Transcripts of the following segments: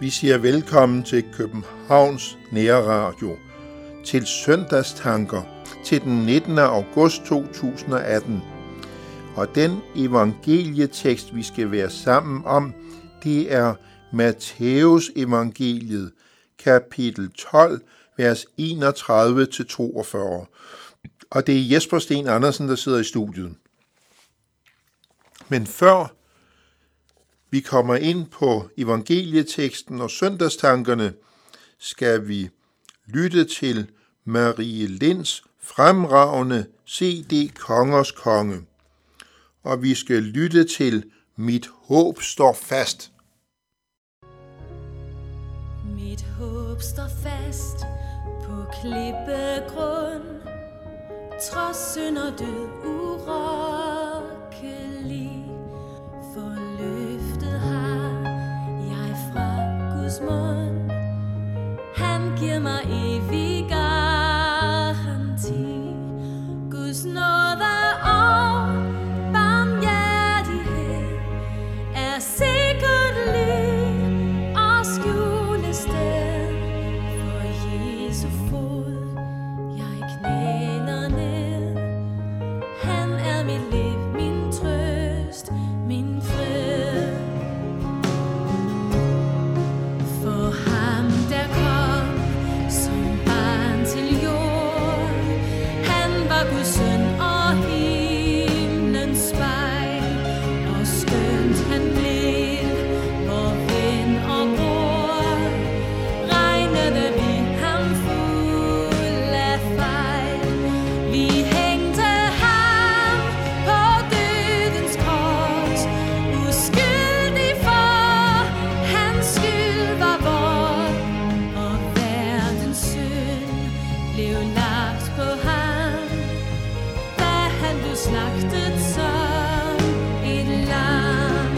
Vi siger velkommen til Københavns Nærradio, til søndagstanker til den 19. august 2018. Og den evangelietekst, vi skal være sammen om, det er Matthæus evangeliet, kapitel 12, vers 31-42. Og det er Jesper Sten Andersen, der sidder i studiet. Men før vi kommer ind på evangelieteksten og søndagstankerne, skal vi lytte til Marie Linds fremragende CD Kongers Konge. Og vi skal lytte til Mit håb står fast. Mit håb står fast på klippegrund, trods synd og død urokkelig. For løftet har jeg fra Guds mund, han giver mig evig garanti. Guds nåde og barmhjertighed er sikkert liv og skjulested. For Jesu fod jeg knæler ned, han er mit liv, min trøst, min fred. For ham der kom som barn til jord, han var Guds søn og himlens spejl, og skønt han blev vor ven og bror, regnede vi ham fuld af fejl. Vi hængte ham på dødens kors, uskyldig for hans skyld var vor, og verdens synd blev lagt på ham, da han blev slagtet som et lam.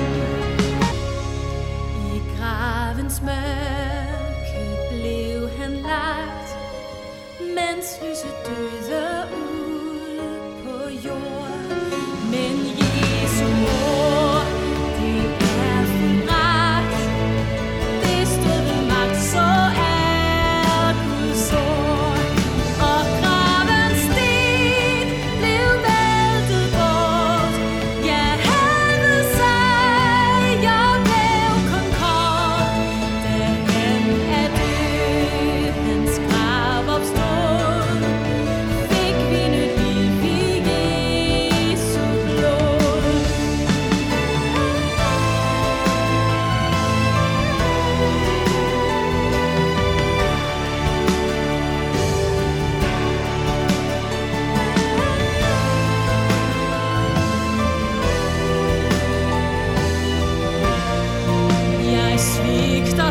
I gravens mørke blev han lagt, mens lyset døde ud på jord. Men Jesu ord, det er fuldbragt, det stod ved magt, så er Guds ord. Og gravens sten blev væltet bort, ja, helvede sejr blev kun kort. Da han af dødens grav opstod, fik vi nyt liv i Jesu blod. Jeg svigter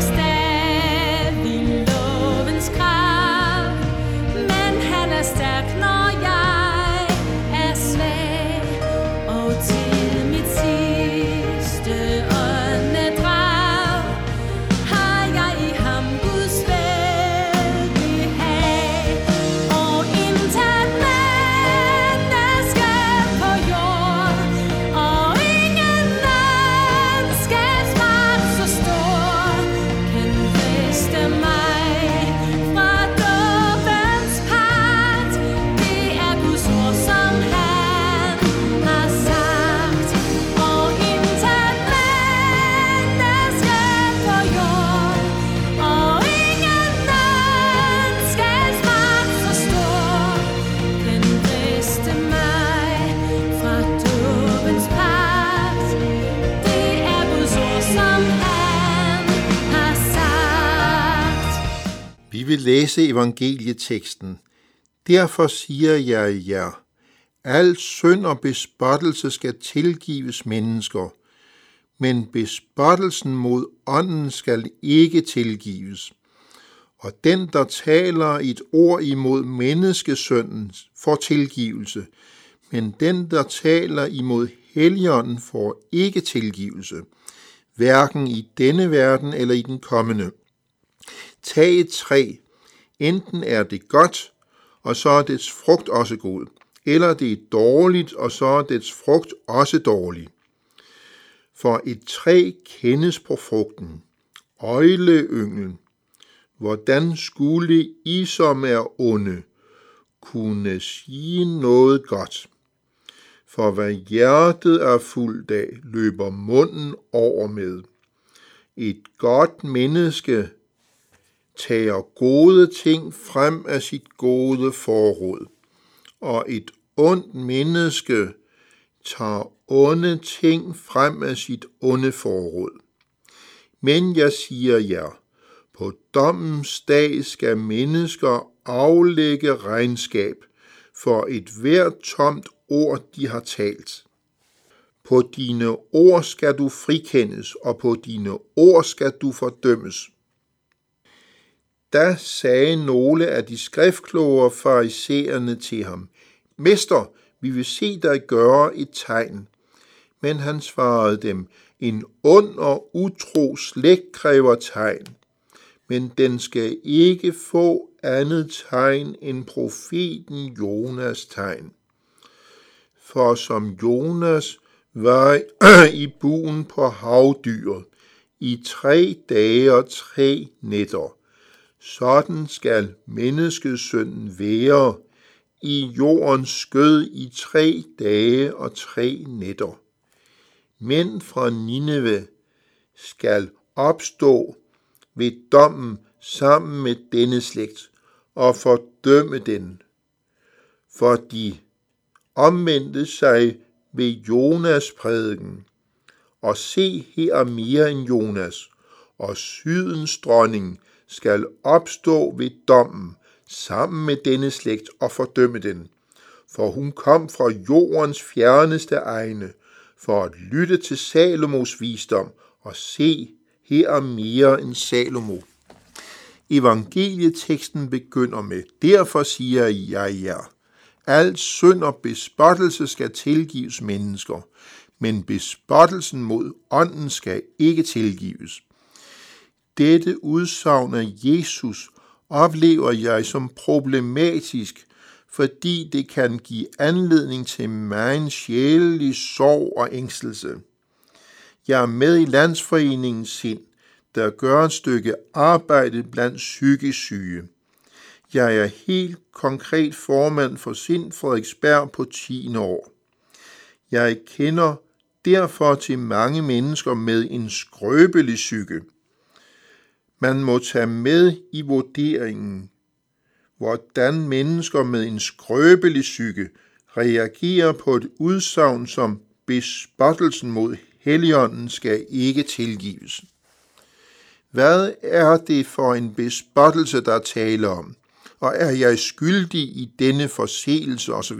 stadig lovens krav, men han er stærk, når jeg er svag. Og til mit sidste åndedrag har jeg i ham Guds velbehag. Og intet menneske på jord, og ingen menneskes magt så stor, kan vriste mig fra dåbens pagt. Det er Guds ord, som han har sagt. Og intet menneske på jord, og ingen menneskes magt så stor, kan vriste mig fra dåbens pagt. Det er Guds ord, som han har sagt. Vi vil læse evangelieteksten. Derfor siger jeg jer, al synd og bespottelse skal tilgives mennesker, men bespottelsen mod ånden skal ikke tilgives. Og den, der taler et ord imod menneskesønnen, får tilgivelse, men den, der taler imod Helligånden, får ikke tilgivelse, hverken i denne verden eller i den kommende. Tag et træ, enten er det godt, og så er dets frugt også god, eller det er dårligt, og så er dets frugt også dårlig. For et træ kendes på frugten, øgleyngel. Hvordan skulle I, som er onde, kunne sige noget godt? For hvad hjertet er fuldt af, løber munden over med. Et godt menneske tager gode ting frem af sit gode forråd, og et ondt menneske tager onde ting frem af sit onde forråd. Men jeg siger jer, på dommens dag skal mennesker aflægge regnskab for et hvert tomt ord, de har talt. På dine ord skal du frikendes, og på dine ord skal du fordømmes. Da sagde nogle af de skriftkloge farisæerne til ham, Mester, vi vil se dig gøre et tegn. Men han svarede dem, en ond og utro slægt kræver tegn, men den skal ikke få andet tegn end profeten Jonas tegn. For som Jonas var i buen på havdyret i 3 dage og 3 nætter, sådan skal menneskesønnen være i jordens skød i 3 dage og 3 nætter. Mænd fra Nineve skal opstå ved dommen sammen med denne slægt og fordømme den, for de omvendte sig ved Jonas prædiken. Og se, her er mere end Jonas, og Sydens dronning skal opstå ved dommen sammen med denne slægt og fordømme den, for hun kom fra jordens fjerneste egne for at lytte til Salomos visdom, og se, her er mere end Salomo. Evangelieteksten begynder med, derfor siger jeg jer, al synd og bespottelse skal tilgives mennesker, men bespottelsen mod ånden skal ikke tilgives. Dette udsagn af Jesus oplever jeg som problematisk, fordi det kan give anledning til megen sjælelig sorg og ængstelse. Jeg er med i Landsforeningen Sind, der gør et stykke arbejde blandt psykisk syge. Jeg er helt konkret formand for Sind Frederiksberg på 10 år. Jeg kender derfor til mange mennesker med en skrøbelig psyke. Man må tage med i vurderingen, hvordan mennesker med en skrøbelig psyke reagerer på et udsagn som bespottelsen mod Helligånden skal ikke tilgives. Hvad er det for en bespottelse, der taler om? Og er jeg skyldig i denne forseelse osv.?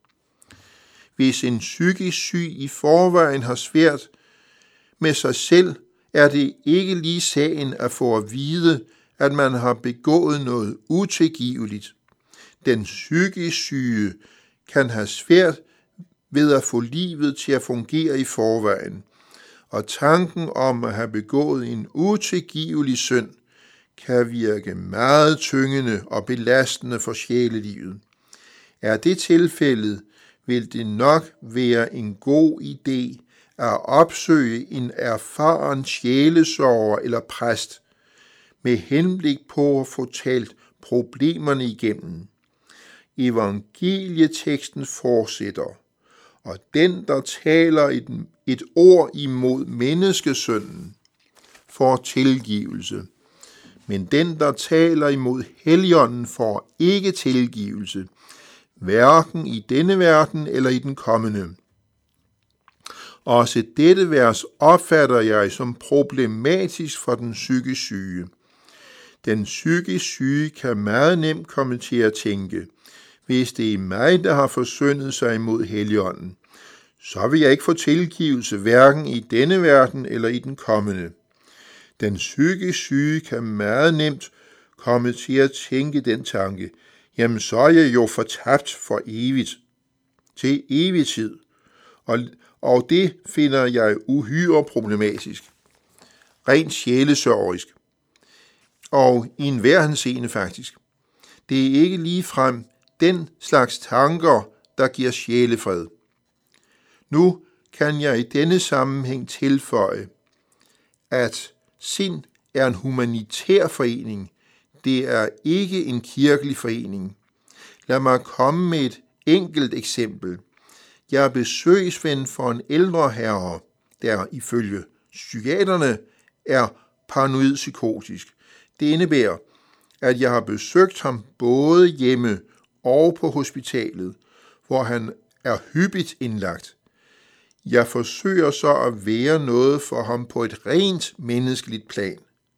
Hvis en psykisk syg i forvejen har svært med sig selv, er det ikke lige sagen at få at vide, at man har begået noget utilgiveligt. Den psykisk syge kan have svært ved at få livet til at fungere i forvejen, og tanken om at have begået en utilgivelig synd kan virke meget tyngende og belastende for sjælelivet. Er det tilfældet, vil det nok være en god idé at opsøge en erfaren sjælesorger eller præst, med henblik på at få talt problemerne igennem. Evangelieteksten fortsætter, og den, der taler et ord imod menneskesønnen, får tilgivelse, men den, der taler imod Helligånden, får ikke tilgivelse, hverken i denne verden eller i den kommende. Også dette vers opfatter jeg som problematisk for den psykisk syge. Den psykisk syge kan meget nemt komme til at tænke, hvis det er mig, der har forsyndet sig imod Helligånden, så vil jeg ikke få tilgivelse hverken i denne verden eller i den kommende. Den psykisk syge kan meget nemt komme til at tænke den tanke, jamen så er jeg jo fortabt for evigt, til evig tid, og det finder jeg uhyre problematisk, rent sjælesørgerisk, og i enhver henseende faktisk. Det er ikke ligefrem den slags tanker, der giver sjælefred. Nu kan jeg i denne sammenhæng tilføje, at sind er en humanitær forening. Det er ikke en kirkelig forening. Lad mig komme med et enkelt eksempel. Jeg er besøgsven for en ældre herre, der ifølge psykiaterne er paranoid psykotisk. Det indebærer, at jeg har besøgt ham både hjemme og på hospitalet, hvor han er hyppigt indlagt. Jeg forsøger så at være noget for ham på et rent menneskeligt plan.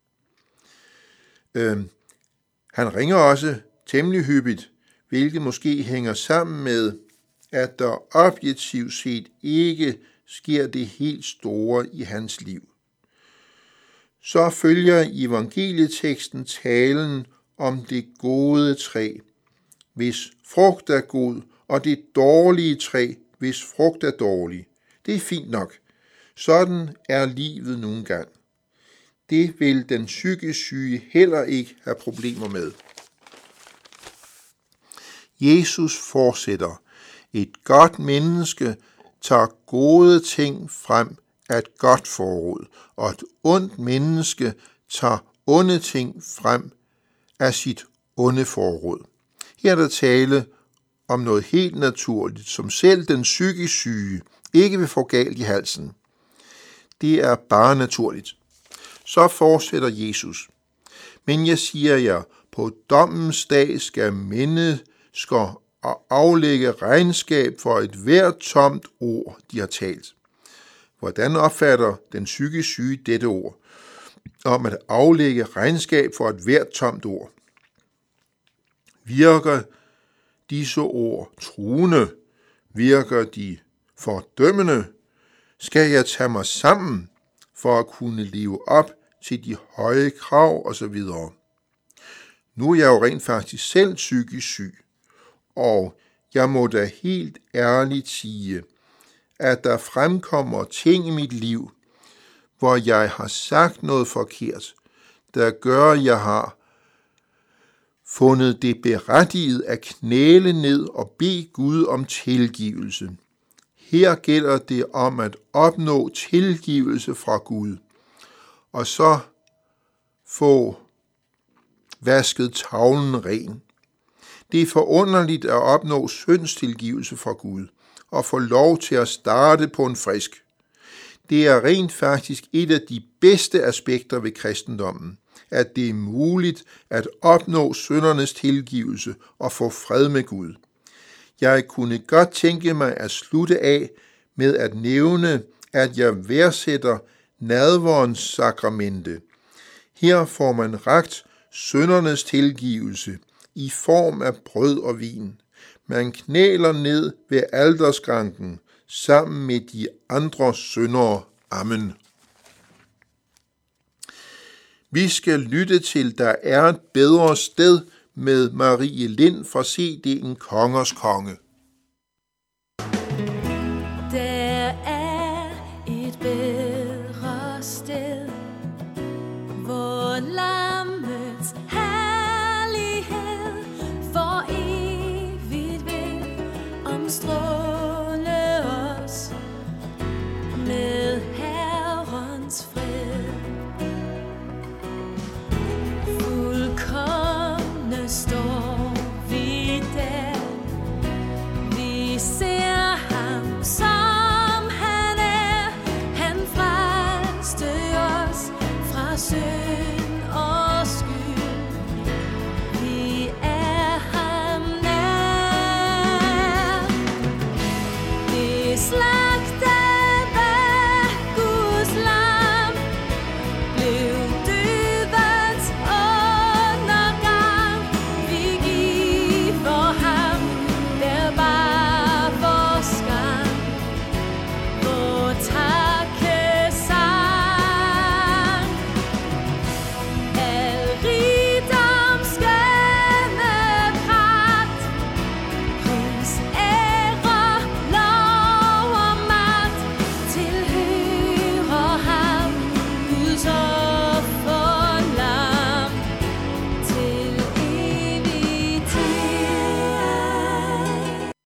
Han ringer også temmelig hyppigt, hvilket måske hænger sammen med, at der objektivt set ikke sker det helt store i hans liv. Så følger i evangelieteksten talen om det gode træ, hvis frugt er god, og det dårlige træ, hvis frugt er dårlig. Det er fint nok. Sådan er livet nogle gange. Det vil den psykisk syge heller ikke have problemer med. Jesus fortsætter. Et godt menneske tager gode ting frem af et godt forråd, og et ondt menneske tager onde ting frem af sit onde forråd. Her er der tale om noget helt naturligt, som selv den psykisk syge ikke vil få galt i halsen. Det er bare naturligt. Så fortsætter Jesus. Men jeg siger jer, på dommens dag skal mennesker aflægge regnskab for et hvert tomt ord, de har talt. Hvordan opfatter den psykisk syge dette ord om at aflægge regnskab for et hvert tomt ord? Virker disse ord truende? Virker de fordømmende? Skal jeg tage mig sammen for at kunne leve op til de høje krav osv.? Nu er jeg jo rent faktisk selv psykisk syg, og jeg må da helt ærligt sige, at der fremkommer ting i mit liv, hvor jeg har sagt noget forkert, der gør, at jeg har fundet det berettiget at knæle ned og bede Gud om tilgivelse. Her gælder det om at opnå tilgivelse fra Gud, og så få vasket tavlen ren. Det er forunderligt at opnå syndstilgivelse fra Gud og få lov til at starte på en frisk. Det er rent faktisk et af de bedste aspekter ved kristendommen, at det er muligt at opnå syndernes tilgivelse og få fred med Gud. Jeg kunne godt tænke mig at slutte af med at nævne, at jeg værdsætter nadverens sakramente. Her får man rakt syndernes tilgivelse i form af brød og vin. Man knæler ned ved alterskranken sammen med de andre syndere. Amen. Vi skal lytte til Der er et bedre sted med Marie Lind fra CD'en Kongers Konge.